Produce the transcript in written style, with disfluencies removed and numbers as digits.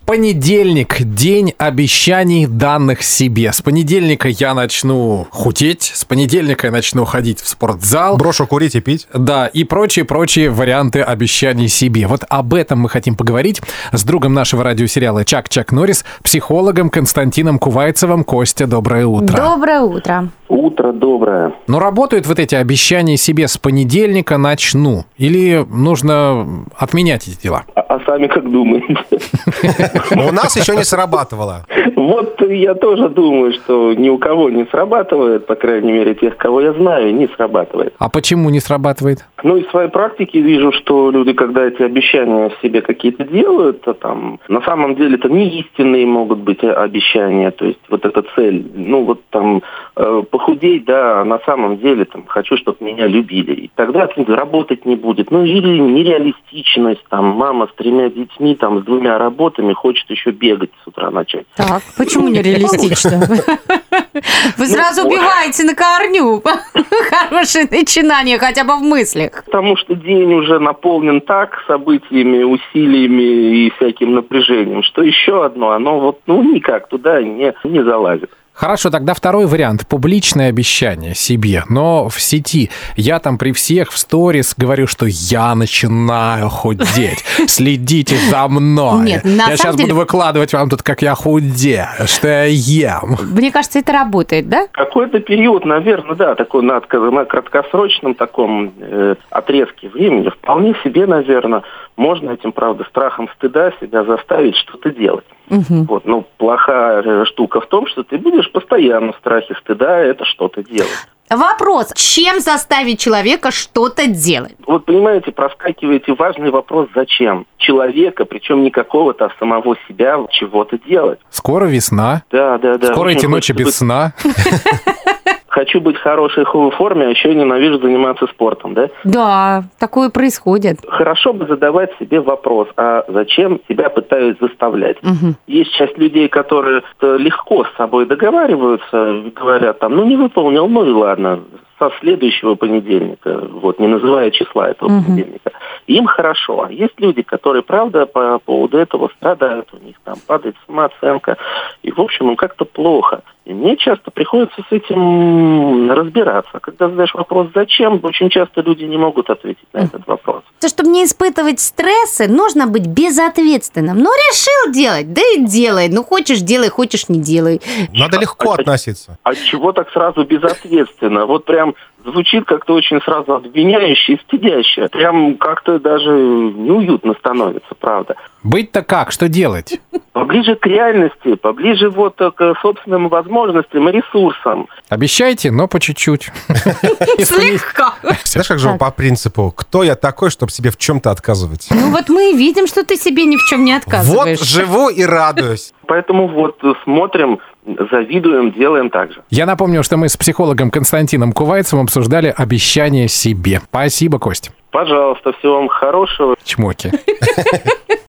Понедельник – день обещаний, данных себе. С понедельника я начну худеть, с понедельника я начну ходить в спортзал. Брошу курить и пить. Да, и прочие варианты обещаний себе. Вот об этом мы хотим поговорить с другом нашего радиосериала «Чак Норрис», психологом Константином Кувайцевым. Костя, доброе утро. Доброе утро. Утро доброе. Но работают вот эти обещания себе «с понедельника начну» или нужно отменять эти дела? А сами как думаете? У нас еще не срабатывало. Вот я тоже думаю, что ни у кого не срабатывает, по крайней мере, тех, кого я знаю, не срабатывает. А почему не срабатывает? Ну, из своей практики вижу, что люди, когда эти обещания себе какие-то делают, то там на самом деле это не истинные могут быть обещания, то есть вот эта цель, ну вот там похудеть, да, а на самом деле там хочу, чтобы меня любили. И тогда работать не будет. Ну или нереалистичность, там мама с 3 детьми, там с 2 работами хочет еще бегать с утра начать. Так, почему нереалистично? Вы сразу убиваете на корню хорошее начинание, хотя бы в мыслях. Потому что день уже наполнен так событиями, усилиями и всяким напряжением, что еще одно, оно вот никак туда не залазит. Хорошо, тогда второй вариант. Публичное обещание себе, но в сети. Я там при всех в сторис говорю, что я начинаю худеть. Следите за мной. Нет, я сейчас буду выкладывать вам тут, как я худею, что я ем. Мне кажется, это работает, да? Какой-то период, наверное, да, такой на краткосрочном таком отрезке времени вполне себе, наверное, можно этим, правда, страхом стыда себя заставить что-то делать. Угу. Вот, но плохая штука в том, что ты будешь постоянно в страхе стыда это что-то делать. Вопрос, чем заставить человека что-то делать? Вот, понимаете, проскакиваете важный вопрос, зачем человека, причем не какого-то, а самого себя, чего-то делать. Скоро весна. Да. Скоро эти ночи без сна. Хочу быть в хорошей форме, а еще ненавижу заниматься спортом, да? Да, такое происходит. Хорошо бы задавать себе вопрос, а зачем себя пытаюсь заставлять? Угу. Есть часть людей, которые легко с собой договариваются, говорят там, не выполнил, и ладно, со следующего понедельника, вот, не называя числа этого понедельника. Им хорошо. А есть люди, которые, правда, по поводу этого страдают, у них там падает самооценка, и, в общем, им как-то плохо. И мне часто приходится с этим разбираться. Когда задаешь вопрос «зачем?», очень часто люди не могут ответить на этот вопрос. Чтобы не испытывать стрессы, нужно быть безответственным. Решил делать, да и делай. Хочешь – делай, хочешь – не делай. Надо легко относиться. А чего так сразу безответственно? Вот прям звучит как-то очень сразу обвиняюще и стыдяще. Прям как-то даже неуютно становится, правда. Быть-то как? Что делать? Поближе к реальности, поближе к собственным возможностям и ресурсам. Обещайте, но по чуть-чуть. Слегка. Знаешь, как же по принципу, кто я такой, чтобы себе в чем-то отказывать? Вот мы и видим, что ты себе ни в чем не отказываешь. Вот живу и радуюсь. Поэтому смотрим, завидуем, делаем так же. Я напомню, что мы с психологом Константином Кувайцевым обсуждали обещания себе. Спасибо, Кость. Пожалуйста, всего вам хорошего. Чмоки.